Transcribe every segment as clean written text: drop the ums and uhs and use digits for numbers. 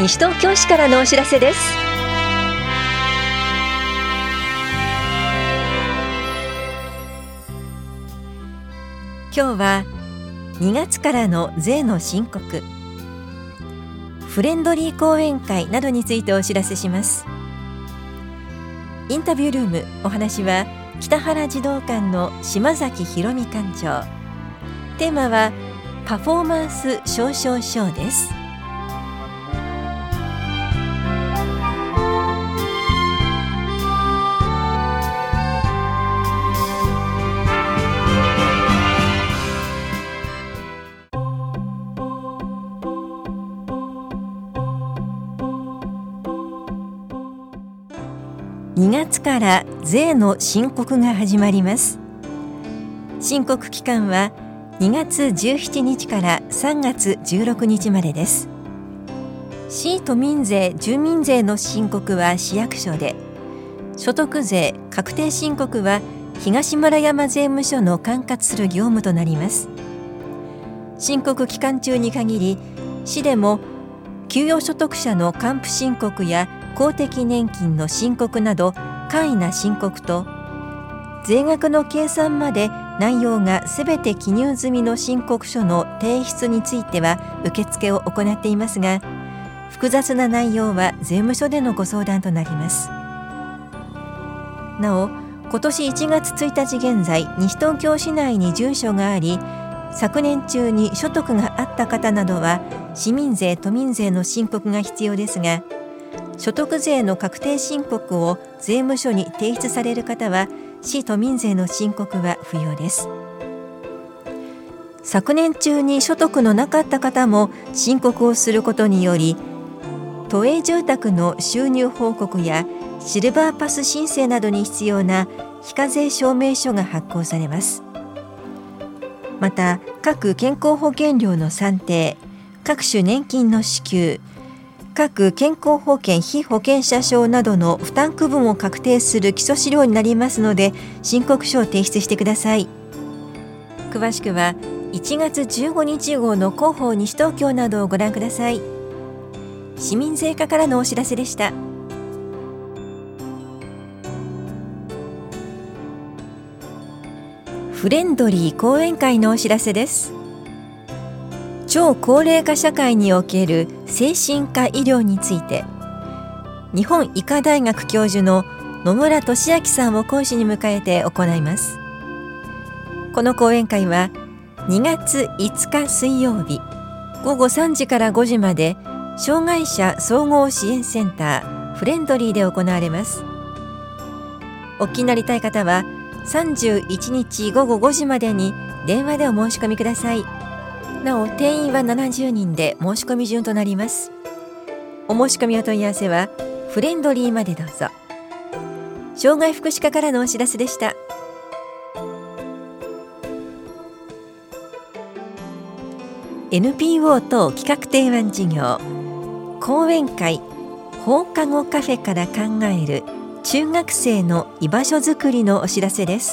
西東京市からのお知らせです。今日は2月からの税の申告、フレンドリー講演会などについてお知らせします。インタビュールーム、お話は北原児童館の島崎博美館長。テーマはパフォーマンス表彰書です。2月から税の申告が始まります。申告期間は2月17日から3月16日までです。市都民税・住民税の申告は市役所で、所得税確定申告は東村山税務署の管轄する業務となります。申告期間中に限り、市でも給与所得者の還付申告や公的年金の申告など簡易な申告と、税額の計算まで内容がすべて記入済みの申告書の提出については受付を行っていますが、複雑な内容は税務署でのご相談となります。なお、今年1月1日現在、西東京市内に住所があり、昨年中に所得があった方などは市民税・都民税の申告が必要ですが、所得税の確定申告を税務署に提出される方は市都民税の申告は不要です。昨年中に所得のなかった方も申告をすることにより、都営住宅の収入報告やシルバーパス申請などに必要な非課税証明書が発行されます。また、各健康保険料の算定、各種年金の支給、各健康保険被保険者証などの負担区分を確定する基礎資料になりますので、申告書を提出してください。詳しくは1月15日号の広報西東京などをご覧ください。市民税課からのお知らせでした。フレンドリー講演会のお知らせです。超高齢化社会における精神科医療について、日本医科大学教授の野村俊明さんを講師に迎えて行います。この講演会は2月5日水曜日午後3時から5時まで、障害者総合支援センターフレンドリーで行われます。お聞きになりたい方は31日午後5時までに電話でお申し込みください。なお、定員は70人で申し込み順となります。お申し込みお問い合わせはフレンドリーまでどうぞ。障害福祉課からのお知らせでした。NPO 等企画提案事業講演会放課後カフェから考える中学生の居場所づくりのお知らせです。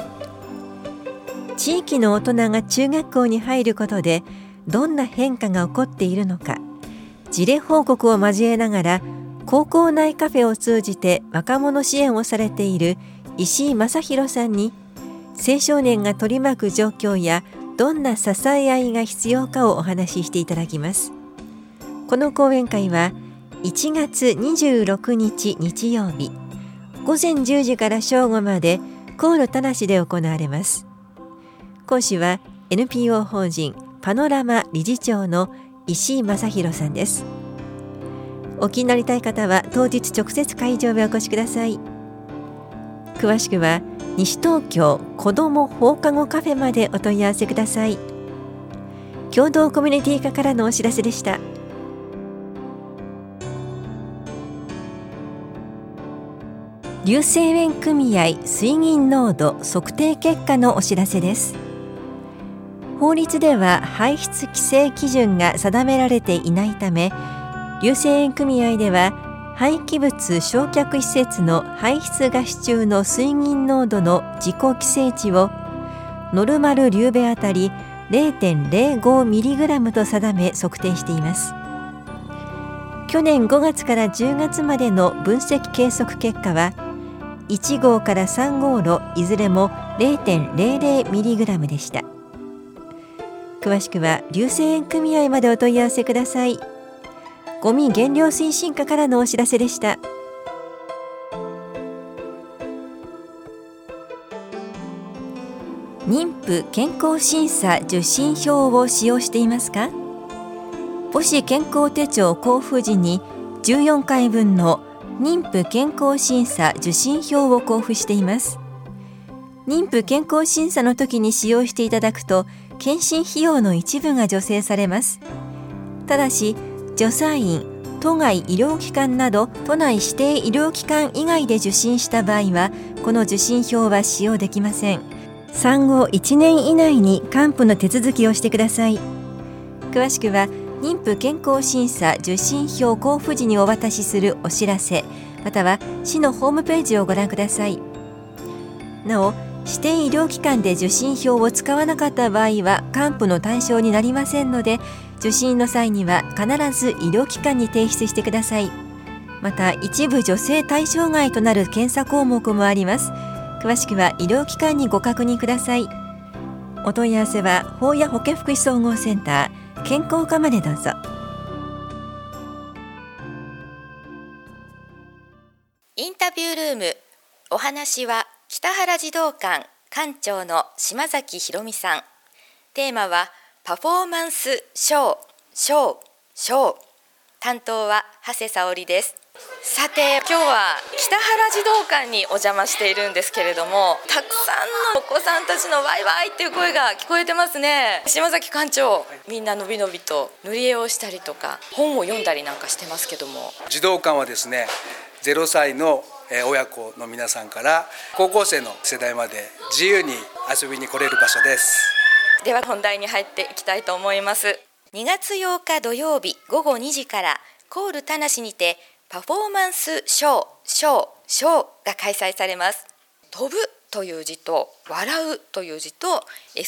地域の大人が中学校に入ることでどんな変化が起こっているのか、事例報告を交えながら高校内カフェを通じて若者支援をされている石井正弘さんに、青少年が取り巻く状況やどんな支え合いが必要かをお話ししていただきます。この講演会は1月26日日曜日午前10時から正午まで高炉田無で行われます。講師は NPO 法人パノラマ理事長の石井正弘さんです。お聞きになりたい方は当日直接会場へお越しください。詳しくは西東京子ども放課後カフェまでお問い合わせください。共同コミュニティ課からのお知らせでした。硫生塩組合水銀濃度測定結果のお知らせです。法律では排出規制基準が定められていないため、硫生塩組合では廃棄物焼却施設の排出ガス中の水銀濃度の自己規制値をノルマルリューベあたり 0.05mg と定め測定しています。 去年5月から10月までの分析計測結果は1号から3号炉いずれも 0.00mg でした。詳しくは硫製塩組合までお問い合わせください。ゴミ減量推進課からのお知らせでした。妊婦健康審査受診票を使用していますか？母子健康手帳交付時に14回分の妊婦健康審査受診票を交付しています。妊婦健康審査の時に使用していただくと検診費用の一部が助成されます。ただし助産院、都外医療機関など都内指定医療機関以外で受診した場合はこの受診票は使用できません。産後1年以内に還付の手続きをしてください。詳しくは妊婦健康審査受診票交付時にお渡しするお知らせまたは市のホームページをご覧ください。なお指定医療機関で受診票を使わなかった場合は還付の対象になりませんので受診の際には必ず医療機関に提出してください。また一部助成対象外となる検査項目もあります。詳しくは医療機関にご確認ください。お問い合わせは保谷保健福祉総合センター健康課までどうぞ。 インタビュールーム、お話は北原児童館館長の島崎ひろみさん。テーマはパフォーマンスショー。担当は長谷沙織です。さて今日は北原児童館にお邪魔しているんですけれども、たくさんのお子さんたちのワイワイっていう声が聞こえてますね。島崎館長、みんなのびのびと塗り絵をしたりとか本を読んだりなんかしてますけども、 児童館はですね、0歳の親子の皆さんから高校生の世代まで自由に遊びに来れる場所です。 では本題に入っていきたいと思います。2月8日土曜日午後2時からコール田無にてパフォーマンスショーが開催されます。飛ぶという字と笑うという字と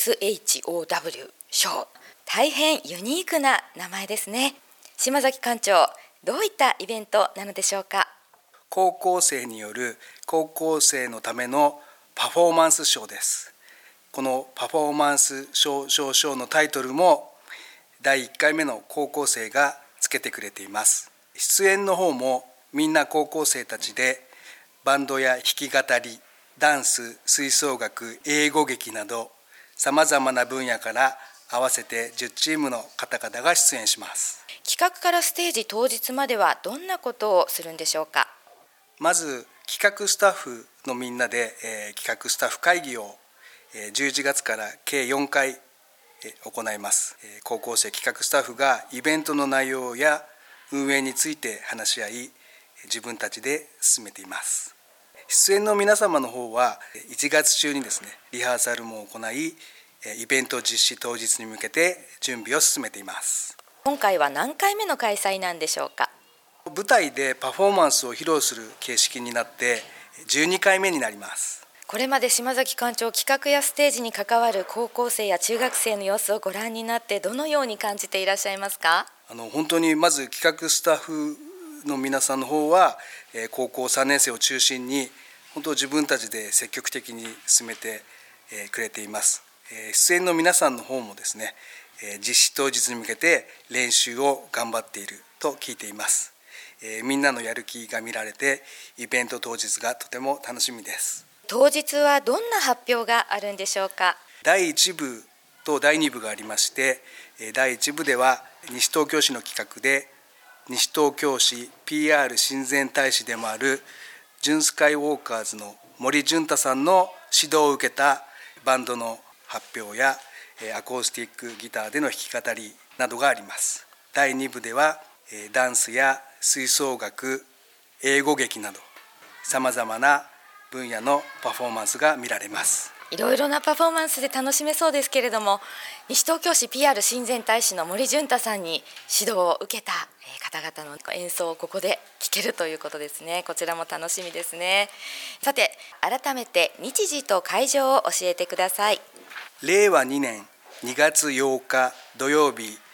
SHOW ショー、大変ユニークな名前ですね。島崎館長、どういったイベントなのでしょうか？ 高校生による高校生のためのパフォーマンスショーです。このパフォーマンスショーのタイトルも第1回目の高校生がつけてくれています。出演の方もみんな高校生たちでバンドや弾き語り、ダンス、吹奏楽、英語劇などさまざまな分野から合わせて10チームの方々が出演します。 企画からステージ当日まではどんなことをするんでしょうか？ まず企画スタッフのみんなで、企画スタッフ会議を、11月から計4回、行います。高校生企画スタッフがイベントの内容や運営について話し合い自分たちで進めています。出演の皆様の方は1月中にですねリハーサルも行いイベント実施当日に向けて準備を進めています。 今回は何回目の開催なんでしょうか？ 舞台でパフォーマンスを披露する形式になって12回目になります。 これまで島崎館長、企画やステージに関わる高校生や中学生の様子をご覧になってどのように感じていらっしゃいますか？ 本当にまず企画スタッフの皆さんの方は高校3年生を中心に本当自分たちで積極的に進めてくれています。出演の皆さんの方もですね実施当日に向けて練習を頑張っていると聞いています。みんなのやる気が見られてイベント当日がとても楽しみです。 当日はどんな発表があるんでしょうか？ 第1部と第2部がありまして、第1部では西東京市の企画で西東京市 PR 親善大使でもあるジュンスカイウォーカーズの森潤太さんの指導を受けたバンドの発表やアコースティックギターでの弾き語りなどがあります。第2部ではダンスや吹奏楽、英語劇などさまざまな分野のパフォーマンスが見られます。 いろいろなパフォーマンスで楽しめそうですけれども、西東京市 PR 親善大使の森潤太さんに指導を受けた方々の演奏をここで聴けるということですね。こちらも楽しみですね。さて改めて日時と会場を教えてください。 令和2年2月8日土曜日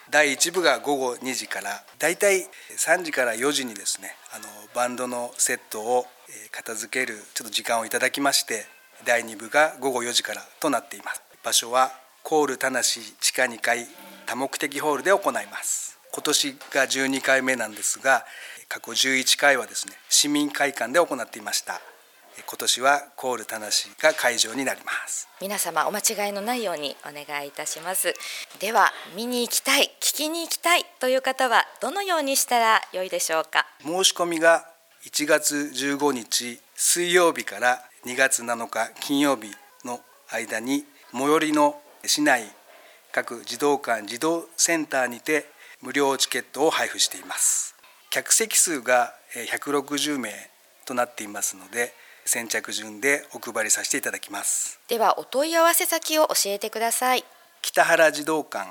第1部が午後2時から、だいたい3時から4時にですね、バンドのセットを片付けるちょっと時間をいただきまして、第2部が午後4時からとなっています。場所はコール田無地下2階多目的ホールで行います。今年が12回目なんですが、過去11回はですね、市民会館で行っていました。今年はコール田無が会場になります。 皆様お間違いのないようにお願いいたします。では、見に行きたい、聞きに行きたいという方はどのようにしたらよいでしょうか。 申し込みが1月15日水曜日から2月7日金曜日の間に、最寄りの市内各児童館児童センターにて無料チケットを配布しています。客席数が160名となっていますので、先着順でお配りさせていただきます。 では、お問い合わせ先を教えてください。 北原児童館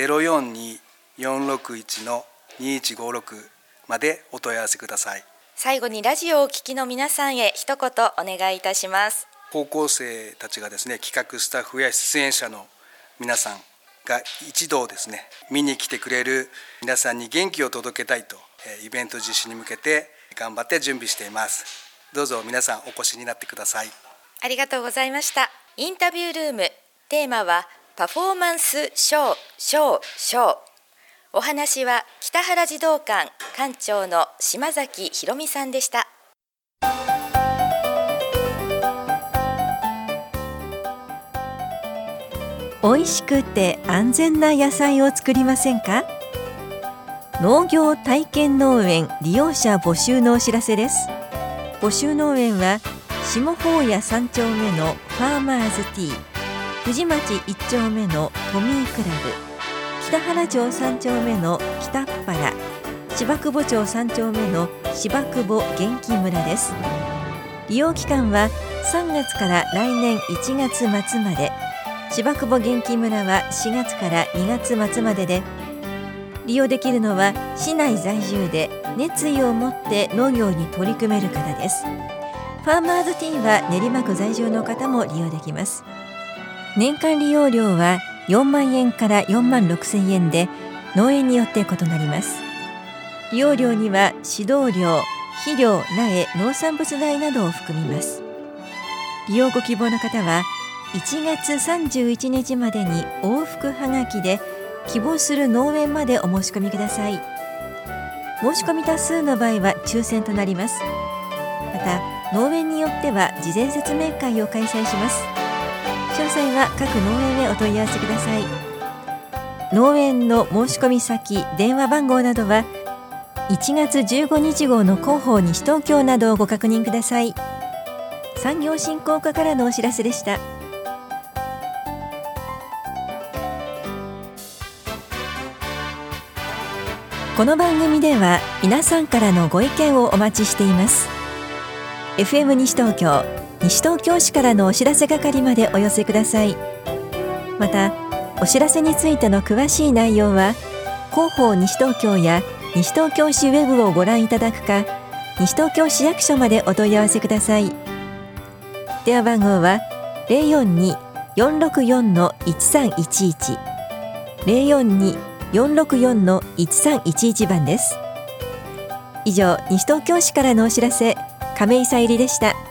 042-461-2156 までお問い合わせください。 最後にラジオをお聞きの皆さんへ一言お願いいたします。 高校生たちがですね、企画スタッフや出演者の皆さんが一同ですね、見に来てくれる皆さんに元気を届けたいと、イベント実施に向けて頑張って準備しています。どうぞ皆さんお越しになってください。 ありがとうございました。インタビュールーム、テーマはパフォーマンスショー。お話は北原児童館館長の島崎ひろみさんでした。 美味しくて安全な野菜を作りませんか？農業体験農園利用者募集のお知らせです。募集農園は下法屋3丁目のファーマーズティー、藤町1丁目のトミークラブ、北原町3丁目の北っ原、芝久保町3丁目の芝久保元気村です。利用期間は3月から来年1月末まで、芝久保元気村は4月から2月末までで、利用できるのは市内在住で熱意を持って農業に取り組める方です。ファーマーズティーは練馬区在住の方も利用できます。年間利用料は4万円から4万6千円で、農園によって異なります。利用料には指導料、肥料、苗、農産物代などを含みます。利用ご希望の方は1月31日までに往復はがきで希望する農園までお申し込みください。申し込み多数の場合は抽選となります。また、農園によっては事前説明会を開催します。詳細は各農園へお問い合わせください。農園の申し込み先、電話番号などは1月15日号の広報西東京などをご確認ください。産業振興課からのお知らせでした。この番組では皆さんからのご意見をお待ちしています。 FM 西東京、西東京市からのお知らせ係までお寄せください。また、お知らせについての詳しい内容は広報西東京や西東京市ウェブをご覧いただくか、西東京市役所までお問い合わせください。電話番号は 042-464-1311 042-464-1311 番です。以上、西東京市からのお知らせ、亀井さゆりでした。